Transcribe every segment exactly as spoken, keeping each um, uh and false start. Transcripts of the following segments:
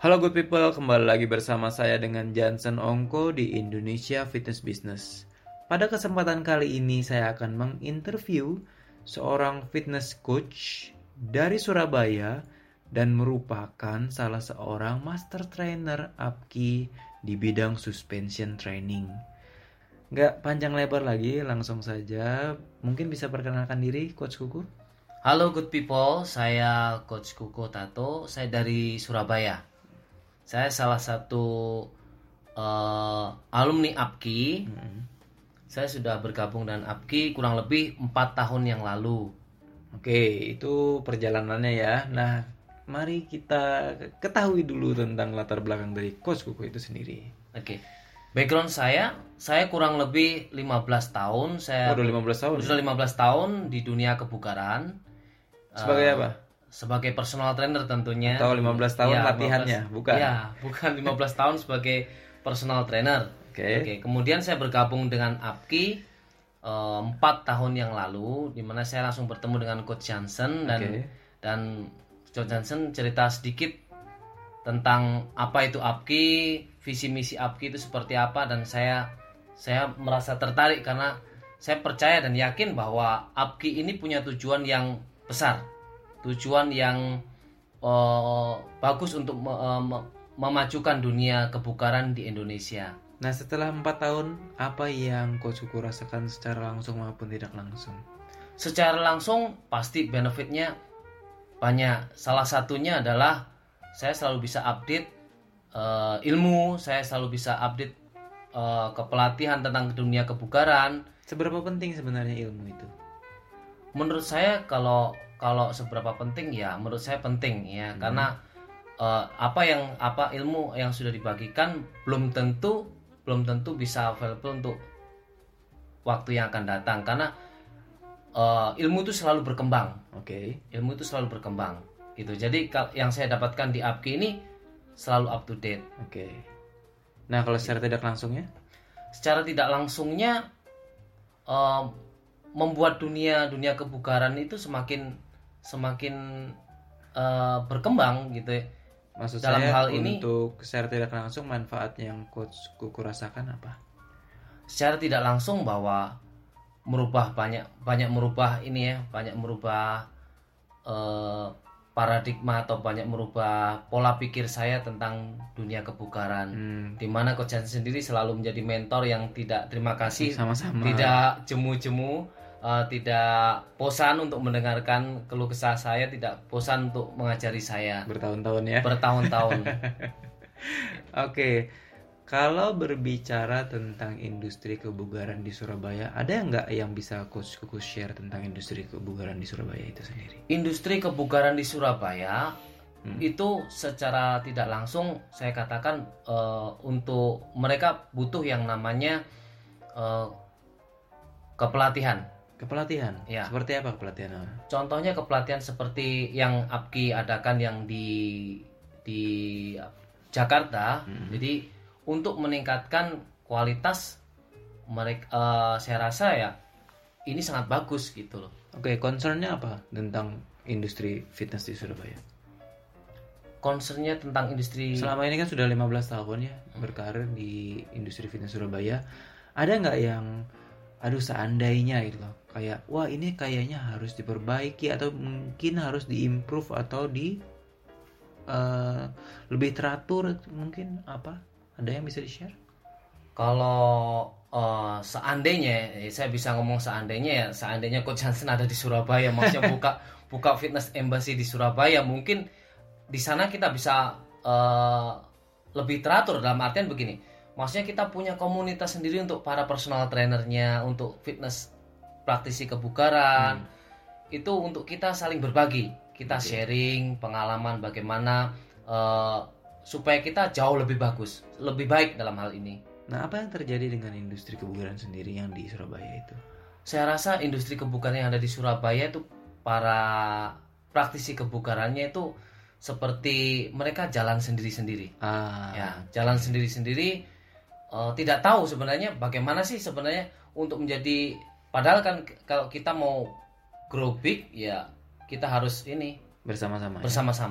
Halo good people, kembali lagi bersama saya dengan Jansen Ongko di Indonesia Fitness Business. Pada kesempatan kali ini saya akan menginterview seorang fitness coach dari Surabaya dan merupakan salah seorang master trainer A P K I di bidang suspension training. Gak panjang lebar lagi, langsung saja. Mungkin bisa perkenalkan diri Coach Kuku? Halo good people, saya Coach Kuko Tato, saya dari Surabaya. Saya salah satu uh, alumni A P K I. Hmm. Saya sudah bergabung dengan A P K I kurang lebih empat tahun yang lalu. Oke, itu perjalanannya ya. Nah, mari kita ketahui dulu tentang latar belakang dari Coach Kuko itu sendiri. Oke, background saya, saya kurang lebih lima belas tahun. Saya oh, udah lima belas tahun? Sudah lima belas tahun di dunia kebugaran. Sebagai uh, apa? Sebagai personal trainer tentunya. Atau lima belas tahun ya, latihannya, lima belas, bukan? Iya, bukan lima belas tahun sebagai personal trainer. Oke. Okay. Okay. Kemudian saya bergabung dengan A P K I uh, empat tahun yang lalu, di mana saya langsung bertemu dengan Coach Jansen dan okay. dan Coach Jansen cerita sedikit tentang apa itu A P K I, visi misi A P K I itu seperti apa, dan saya saya merasa tertarik karena saya percaya dan yakin bahwa A P K I ini punya tujuan yang besar, tujuan yang uh, bagus untuk uh, memajukan dunia kebugaran di Indonesia. Nah, setelah empat tahun, apa yang Coach Kuku rasakan secara langsung maupun tidak langsung? Secara langsung pasti benefitnya banyak. Salah satunya adalah saya selalu bisa update uh, ilmu, saya selalu bisa update uh, kepelatihan tentang dunia kebugaran. Seberapa penting sebenarnya ilmu itu? Menurut saya kalau kalau seberapa penting ya menurut saya penting ya, hmm. karena uh, apa yang apa ilmu yang sudah dibagikan belum tentu belum tentu bisa available untuk waktu yang akan datang, karena uh, ilmu itu selalu berkembang. Oke. Okay. Ilmu itu selalu berkembang gitu. Jadi yang saya dapatkan di A P K I ini selalu up to date. Oke. Okay. Nah, kalau secara tidak langsungnya? Secara tidak langsungnya uh, membuat dunia dunia kebugaran itu semakin semakin uh, berkembang gitu. Maksud dalam saya hal ini untuk secara tidak langsung manfaat yang Coach Kuku rasakan apa? Secara tidak langsung bahwa merubah banyak banyak merubah ini ya, banyak merubah uh, paradigma atau banyak merubah pola pikir saya tentang dunia kebugaran. Hmm. Di mana Coach Jansen sendiri selalu menjadi mentor yang tidak terima kasih, sama-sama, tidak jemu-jemu. Uh, tidak bosan untuk mendengarkan keluh kesah saya, tidak bosan untuk mengajari saya. Bertahun-tahun ya? Bertahun-tahun. Oke, okay. Kalau berbicara tentang industri kebugaran di Surabaya, ada nggak yang bisa Coach Kuku share tentang industri kebugaran di Surabaya itu sendiri? Industri kebugaran di Surabaya hmm. itu secara tidak langsung saya katakan uh, untuk mereka butuh yang namanya uh, kepelatihan. Kepelatihan? Ya. Seperti apa kepelatihan? Contohnya kepelatihan seperti yang A P K I adakan yang di di Jakarta. Hmm. Jadi untuk meningkatkan kualitas mereka, uh, saya rasa ya ini sangat bagus gitu loh. Oke, okay, concernnya apa tentang industri fitness di Surabaya? Concernnya tentang industri. Selama ini kan sudah lima belas tahun ya hmm. berkarir di industri fitness Surabaya. Ada nggak yang aduh seandainya gitu loh, kayak wah ini kayaknya harus diperbaiki atau mungkin harus diimprove atau di uh, lebih teratur mungkin, apa ada yang bisa di share? Kalau uh, seandainya saya bisa ngomong seandainya ya seandainya Coach Jansen ada di Surabaya, maksudnya buka buka fitness embassy di Surabaya, mungkin di sana kita bisa uh, lebih teratur. Dalam artian begini, maksudnya kita punya komunitas sendiri untuk para personal trainernya, untuk fitness praktisi kebugaran. Hmm. Itu untuk kita saling berbagi, kita okay. sharing pengalaman bagaimana uh, supaya kita jauh lebih bagus, lebih baik dalam hal ini. Nah, apa yang terjadi dengan industri kebugaran sendiri yang di Surabaya itu? Saya rasa industri kebugaran yang ada di Surabaya itu para praktisi kebugarannya itu seperti mereka jalan sendiri-sendiri. Ah, ya, jalan sendiri-sendiri. Uh, tidak tahu sebenarnya bagaimana sih sebenarnya untuk menjadi, padahal kan kalau kita mau grow big ya kita harus ini bersama-sama. Bersama-sama. Ya?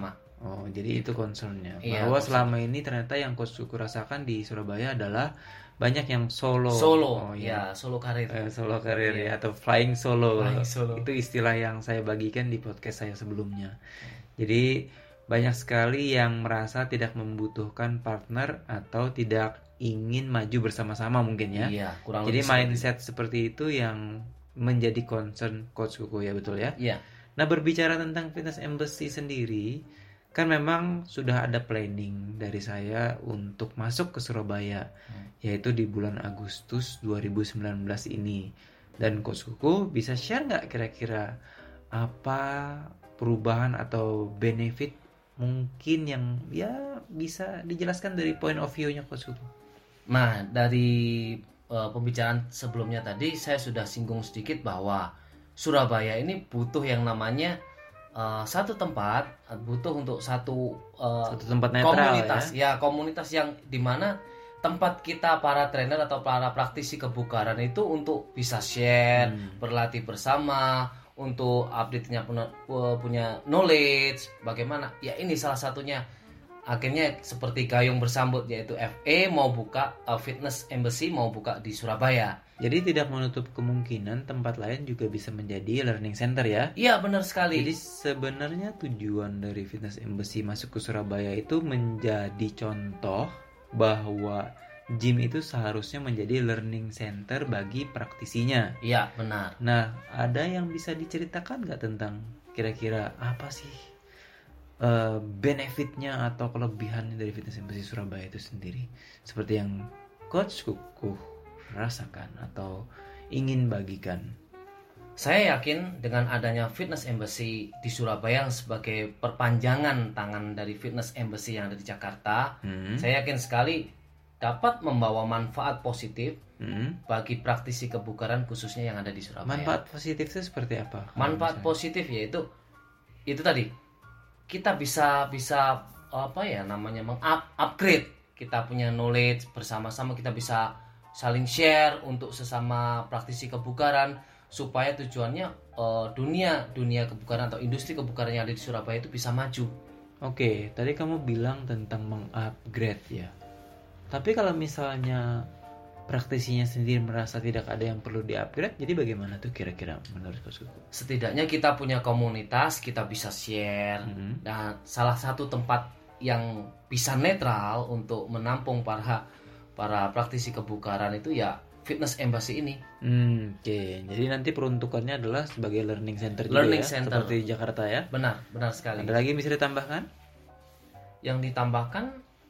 Oh, jadi itu concernnya. Iya, Bahwa concern. selama ini ternyata yang Coach Kuku rasakan di Surabaya adalah banyak yang solo. Solo, Oh, ya, solo karir. Eh, solo karir Iya. ya, atau flying solo. Flying solo. Itu istilah yang saya bagikan di podcast saya sebelumnya. Jadi banyak sekali yang merasa tidak membutuhkan partner atau tidak ingin maju bersama-sama mungkin ya. Iya, kurang Jadi lebih seperti mindset seperti itu yang menjadi concern Coach Kuku ya, betul ya? Iya. Nah, berbicara tentang Fitness Embassy sendiri, kan memang sudah ada planning dari saya untuk masuk ke Surabaya, yaitu di bulan Agustus dua ribu sembilan belas ini. Dan Coach Kuku bisa share nggak kira-kira apa perubahan atau benefit mungkin yang ya bisa dijelaskan dari point of view-nya Coach Kuku? Nah, dari uh, pembicaraan sebelumnya tadi saya sudah singgung sedikit bahwa Surabaya ini butuh yang namanya uh, satu tempat, butuh untuk satu, uh, Satu tempat netral komunitas, ya. komunitas yang dimana tempat kita para trainer atau para praktisi kebugaran itu untuk bisa share, Hmm. berlatih bersama, untuk update-nya punya, punya knowledge, bagaimana? Ya ini salah satunya. Akhirnya seperti gayung bersambut, yaitu F E mau buka uh, Fitness Embassy mau buka di Surabaya. Jadi tidak menutup kemungkinan tempat lain juga bisa menjadi learning center ya. Iya, benar sekali. Jadi sebenarnya tujuan dari Fitness Embassy masuk ke Surabaya itu menjadi contoh bahwa gym itu seharusnya menjadi learning center bagi praktisinya. Iya, benar. Nah, ada yang bisa diceritakan nggak tentang kira-kira apa sih uh, benefitnya atau kelebihannya dari Fitness Embassy Surabaya itu sendiri? Seperti yang Coach Kuku rasakan atau ingin bagikan. Saya yakin dengan adanya Fitness Embassy di Surabaya sebagai perpanjangan tangan dari Fitness Embassy yang ada di Jakarta, Hmm. saya yakin sekali dapat membawa manfaat positif Hmm. bagi praktisi kebugaran khususnya yang ada di Surabaya. Manfaat positif itu seperti apa? Manfaat positif yaitu itu tadi kita bisa bisa apa ya namanya meng-upgrade kita punya knowledge bersama-sama, kita bisa saling share untuk sesama praktisi kebugaran supaya tujuannya uh, dunia dunia kebugaran atau industri kebugaran yang ada di Surabaya itu bisa maju. Oke, tadi kamu bilang tentang mengupgrade ya. Tapi kalau misalnya praktisinya sendiri merasa tidak ada yang perlu diupgrade, jadi bagaimana tuh kira-kira menurut Coach Kuku? Setidaknya kita punya komunitas, kita bisa share. Hmm. Nah, salah satu tempat yang bisa netral untuk menampung para para praktisi kebugaran itu ya Fitness Embassy ini. Hmm, oke. Jadi nanti peruntukannya adalah sebagai learning center juga Learning ya, center. seperti di Jakarta ya. Benar, benar sekali. Ada lagi yang bisa ditambahkan? Yang ditambahkan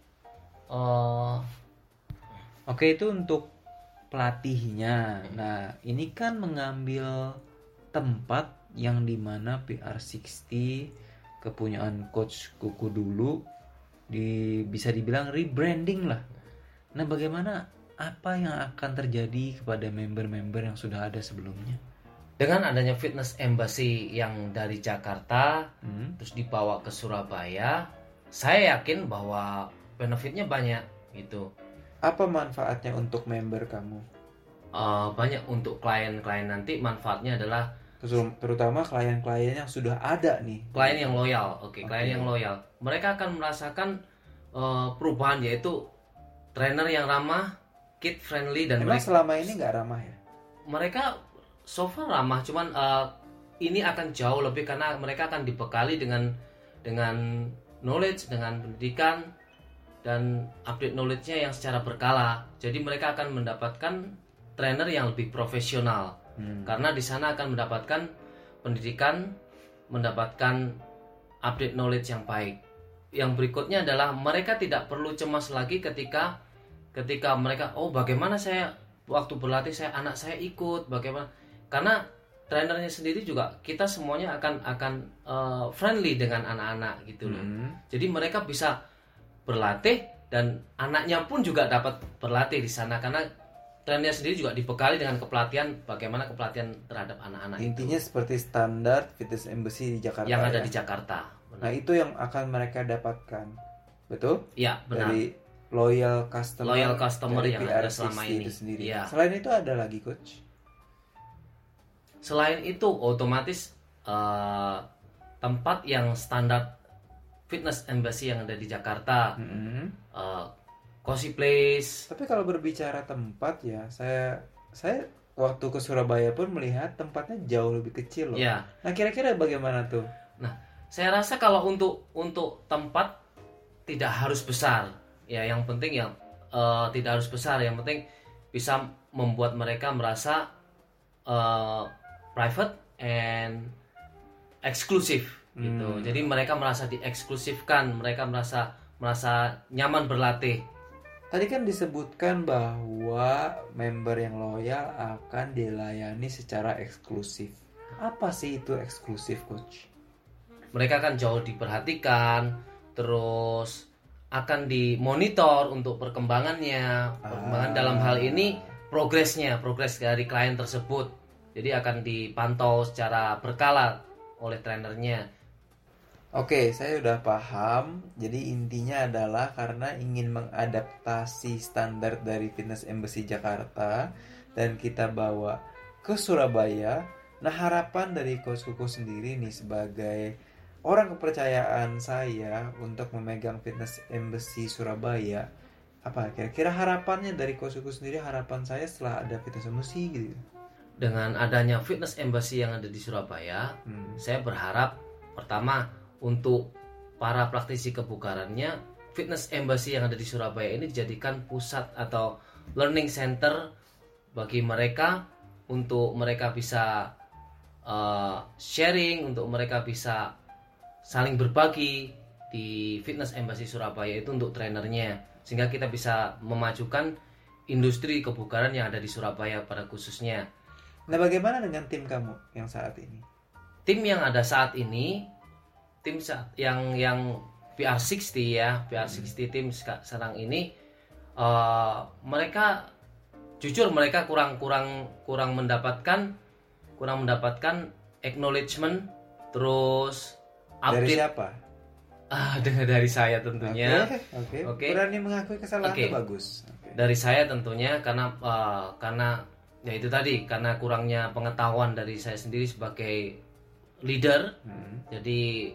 eh Oke, itu untuk pelatihnya. Nah, ini kan mengambil tempat yang dimana P R enam puluh kepunyaan Coach Kuku dulu di bisa dibilang rebranding lah. Nah, bagaimana apa yang akan terjadi kepada member-member yang sudah ada sebelumnya? dengan adanya Fitness Embassy yang dari Jakarta Hmm. terus dibawa ke Surabaya, saya yakin bahwa benefitnya banyak gitu. Apa manfaatnya untuk member kamu? Eh, banyak untuk klien-klien nanti, manfaatnya adalah Terus- Terutama klien-klien yang sudah ada nih. klien yang loyal. Oke, klien Oke. yang loyal. Mereka akan merasakan eh, perubahan, yaitu trainer yang ramah, kid friendly, dan Emang mereka, selama ini nggak ramah ya? mereka so far ramah, cuman eh, ini akan jauh lebih karena mereka akan dibekali dengan dengan knowledge, dengan pendidikan dan update knowledge-nya yang secara berkala. Jadi mereka akan mendapatkan trainer yang lebih profesional. Hmm. Karena di sana akan mendapatkan pendidikan, mendapatkan update knowledge yang baik. Yang berikutnya adalah mereka tidak perlu cemas lagi ketika ketika mereka oh bagaimana saya waktu berlatih saya anak saya ikut bagaimana, karena trainernya sendiri juga kita semuanya akan akan uh, friendly dengan anak-anak gitu loh. Hmm. Jadi mereka bisa berlatih dan anaknya pun juga dapat berlatih di sana karena trainernya sendiri juga dibekali dengan kepelatihan, bagaimana kepelatihan terhadap anak-anak Intinya itu seperti standar Fitness Embassy di Jakarta yang ada ya? di Jakarta. Nah, itu yang akan mereka dapatkan. Betul? Ya, benar. Dari loyal customer, Loyal customer dari yang P ada R selama enam puluh ini. itu sendiri. Iya. Selain itu ada lagi coach? Selain itu otomatis eh, tempat yang standar fitness embassy yang ada di Jakarta, Mm-mm. uh, Cozy Place. Tapi kalau berbicara tempat ya, saya saya waktu ke Surabaya pun melihat tempatnya jauh lebih kecil loh. Ya. Nah, kira-kira bagaimana tuh? Nah, saya rasa kalau untuk untuk tempat tidak harus besar. Ya, yang penting yang uh, tidak harus besar, yang penting bisa membuat mereka merasa uh, private and eksklusif gitu. Hmm. Jadi mereka merasa dieksklusifkan, mereka merasa merasa nyaman berlatih. Tadi kan disebutkan bahwa member yang loyal akan dilayani secara eksklusif. Apa sih itu eksklusif, coach? Mereka akan jauh diperhatikan, terus akan dimonitor untuk perkembangannya, perkembangan Ah. dalam hal ini progresnya, progres dari klien tersebut. Jadi akan dipantau secara berkala oleh trainernya. Oke, saya udah paham. Jadi intinya adalah karena ingin mengadaptasi standar dari Fitness Embassy Jakarta dan kita bawa ke Surabaya. Nah, harapan dari Coach Kuku sendiri nih sebagai orang kepercayaan saya untuk memegang Fitness Embassy Surabaya, apa kira-kira harapannya dari Coach Kuku sendiri? Harapan saya setelah ada Fitness Embassy gitu. Dengan adanya Fitness Embassy yang ada di Surabaya, Hmm. saya berharap pertama untuk para praktisi kebugarannya, Fitness Embassy yang ada di Surabaya ini dijadikan pusat atau learning center bagi mereka, untuk mereka bisa uh, sharing, untuk mereka bisa saling berbagi di Fitness Embassy Surabaya itu untuk trainernya, sehingga kita bisa memajukan industri kebugaran yang ada di Surabaya pada khususnya. Nah, bagaimana dengan tim kamu yang saat ini? Tim yang ada saat ini, tim saat yang yang P R enam puluh ya, P R enam puluh tim sekarang ini, uh, mereka jujur mereka kurang kurang kurang mendapatkan kurang mendapatkan acknowledgement, terus Dari update. siapa? Ah, dengan dari saya tentunya. Oke, oke. Oke. Berani mengakui kesalahan Oke. itu bagus. Oke. Dari saya tentunya karena uh, karena ya itu tadi, karena kurangnya pengetahuan dari saya sendiri sebagai leader. Hmm. Jadi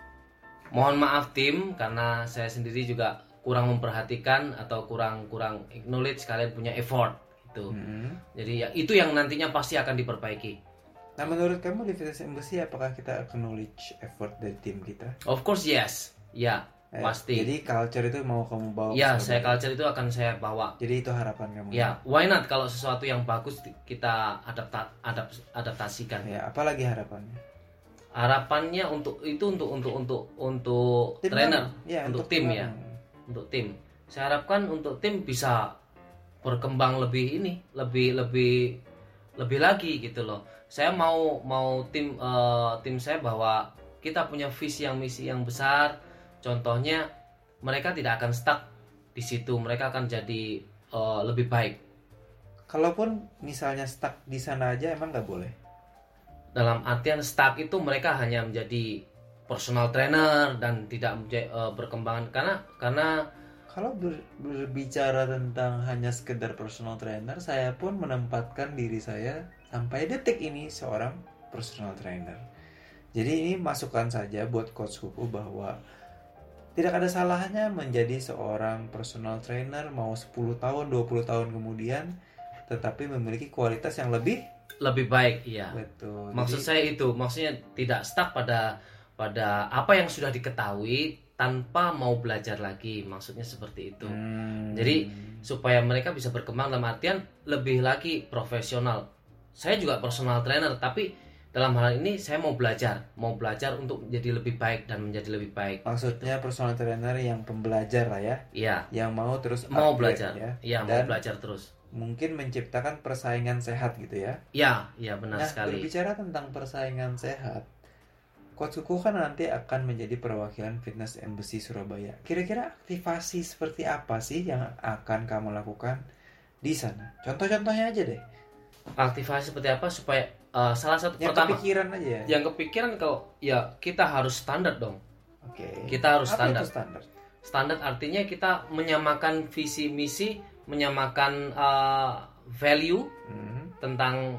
mohon maaf tim, karena saya sendiri juga kurang memperhatikan atau kurang kurang acknowledge kalian punya effort gitu. Hmm. Jadi ya itu yang nantinya pasti akan diperbaiki. Nah, menurut kamu di Fitness Embassy apakah kita acknowledge effort dari tim kita? Of course yes. Ya, Eh, pasti. Jadi culture itu mau kamu bawa ke Ya, Surabaya? saya culture itu akan saya bawa. Jadi itu harapan kamu? Ya, why not, kalau sesuatu yang bagus kita adapta, adap, adaptasikan. Ya, apalagi harapannya? Harapannya untuk itu untuk untuk untuk untuk Tim trainer, kamu? Ya, untuk, untuk tim tim ya, kamu. untuk tim. Saya harapkan untuk tim bisa berkembang lebih ini, lebih lebih lebih lagi gitu loh. Saya mau mau tim eh, tim saya bahwa kita punya visi yang misi yang besar. Contohnya mereka tidak akan stuck di situ, mereka akan jadi eh, lebih baik. Kalaupun misalnya stuck di sana aja, emang nggak boleh? Dalam artian stuck itu mereka hanya menjadi personal trainer dan tidak menjadi, uh, berkembang karena karena Kalau ber- berbicara tentang hanya sekedar personal trainer, saya pun menempatkan diri saya sampai detik ini seorang personal trainer. Jadi ini masukan saja buat Coach Kuku bahwa tidak ada salahnya menjadi seorang personal trainer mau sepuluh tahun, dua puluh tahun kemudian, tetapi memiliki kualitas yang lebih lebih baik, iya. betul. Maksud Jadi, saya itu, maksudnya tidak stuck pada pada apa yang sudah diketahui tanpa mau belajar lagi, maksudnya seperti itu. hmm, Jadi supaya mereka bisa berkembang dalam artian lebih lagi profesional. Saya juga personal trainer, tapi dalam hal ini saya mau belajar, mau belajar untuk menjadi lebih baik dan menjadi lebih baik. maksudnya personal trainer yang pembelajar lah ya, Iya, yang mau terus mau upgrade belajar. ya, Iya, mau dan belajar terus. mungkin menciptakan persaingan sehat gitu ya. Iya, iya benar Nah, sekali. berbicara tentang persaingan sehat, Coach Kuku kan nanti akan menjadi perwakilan Fitness Embassy Surabaya. Kira-kira aktivasi seperti apa sih yang akan kamu lakukan di sana? Contoh-contohnya aja deh. Aktivasi seperti apa supaya uh, salah satu Yang pertama kepikiran aja ya. yang kepikiran kalau ya kita harus standar dong. Oke. Kita harus Apa standar. itu standar? Standar artinya kita menyamakan visi misi, menyamakan uh, value Hmm. tentang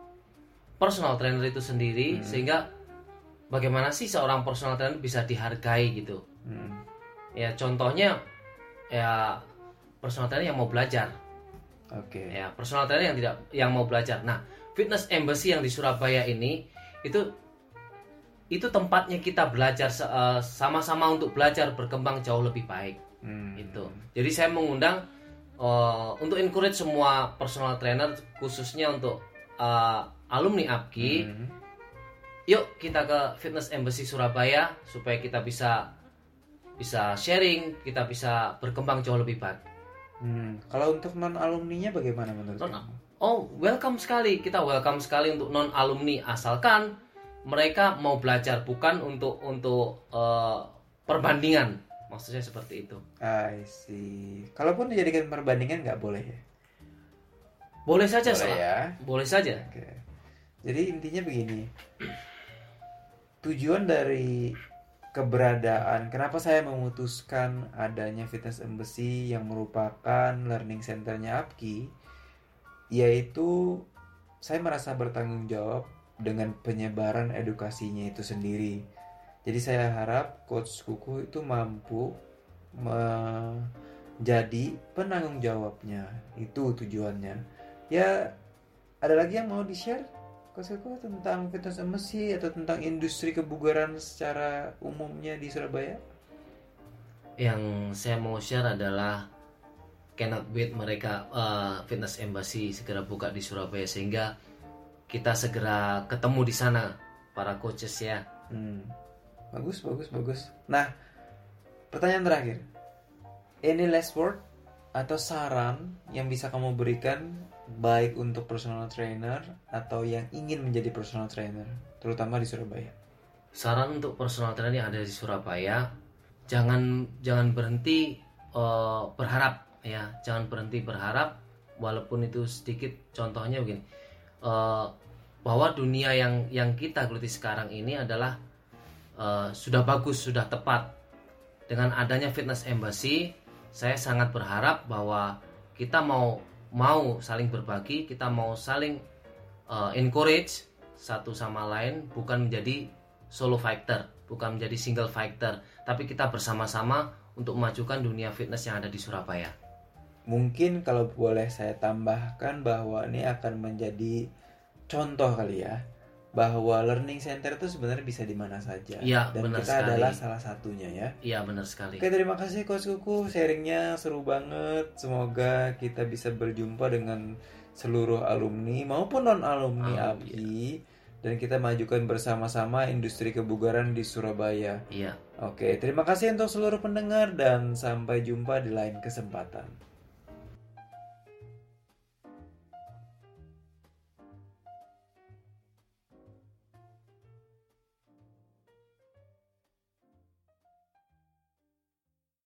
personal trainer itu sendiri, Hmm. sehingga bagaimana sih seorang personal trainer bisa dihargai gitu. Hmm. Ya contohnya ya personal trainer yang mau belajar. Oke. Okay. Ya personal trainer yang tidak yang mau belajar. Nah, Fitness Embassy yang di Surabaya ini itu itu tempatnya kita belajar uh, sama-sama untuk belajar berkembang jauh lebih baik. Hmm. Itu. Jadi saya mengundang uh, untuk encourage semua personal trainer khususnya untuk uh, alumni A P K I. Hmm. Yuk kita ke Fitness Embassy Surabaya supaya kita bisa bisa sharing, kita bisa berkembang jauh lebih baik. Hmm, kalau untuk non alumninya bagaimana menurut non, kamu? Oh, welcome sekali. Kita welcome sekali untuk non alumni asalkan mereka mau belajar, bukan untuk untuk uh, perbandingan. Maksudnya seperti itu. I see. Kalaupun dijadikan perbandingan nggak boleh ya? Boleh saja, boleh ya. Boleh saja. Okay. Jadi intinya begini. Tujuan dari keberadaan, kenapa saya memutuskan adanya Fitness Embassy yang merupakan learning centernya A P K I, yaitu saya merasa bertanggung jawab dengan penyebaran edukasinya itu sendiri. Jadi saya harap Coach Kuku itu mampu menjadi penanggung jawabnya. Itu tujuannya. Ya, ada lagi yang mau di-share Coach Kuku tentang Fitness Embassy atau tentang industri kebugaran secara umumnya di Surabaya? Yang saya mau share adalah cannot wait mereka uh, Fitness Embassy segera buka di Surabaya sehingga kita segera ketemu di sana para coaches ya. Hmm. Bagus, bagus, bagus. Nah, pertanyaan terakhir. Any last word atau saran yang bisa kamu berikan baik untuk personal trainer atau yang ingin menjadi personal trainer, terutama di Surabaya? Saran untuk personal trainer yang ada di Surabaya, jangan jangan berhenti uh, berharap ya, jangan berhenti berharap walaupun itu sedikit. Contohnya begini, uh, bahwa dunia yang yang kita geluti sekarang ini adalah uh, sudah bagus, sudah tepat. Dengan adanya Fitness Embassy, saya sangat berharap bahwa kita mau mau saling berbagi, kita mau saling uh, encourage satu sama lain, bukan menjadi solo fighter, bukan menjadi single fighter, tapi kita bersama-sama untuk memajukan dunia fitness yang ada di Surabaya. Mungkin kalau boleh saya tambahkan bahwa ini akan menjadi contoh kali ya, bahwa learning center itu sebenarnya bisa di mana saja. Ya, dan benar kita sekali. adalah salah satunya ya. Iya, benar sekali. Oke, terima kasih Coach Kuku, sharingnya seru banget. Semoga kita bisa berjumpa dengan seluruh alumni maupun non alumni A P K I, iya. Dan kita majukan bersama-sama industri kebugaran di Surabaya. Iya. Oke, terima kasih untuk seluruh pendengar dan sampai jumpa di lain kesempatan.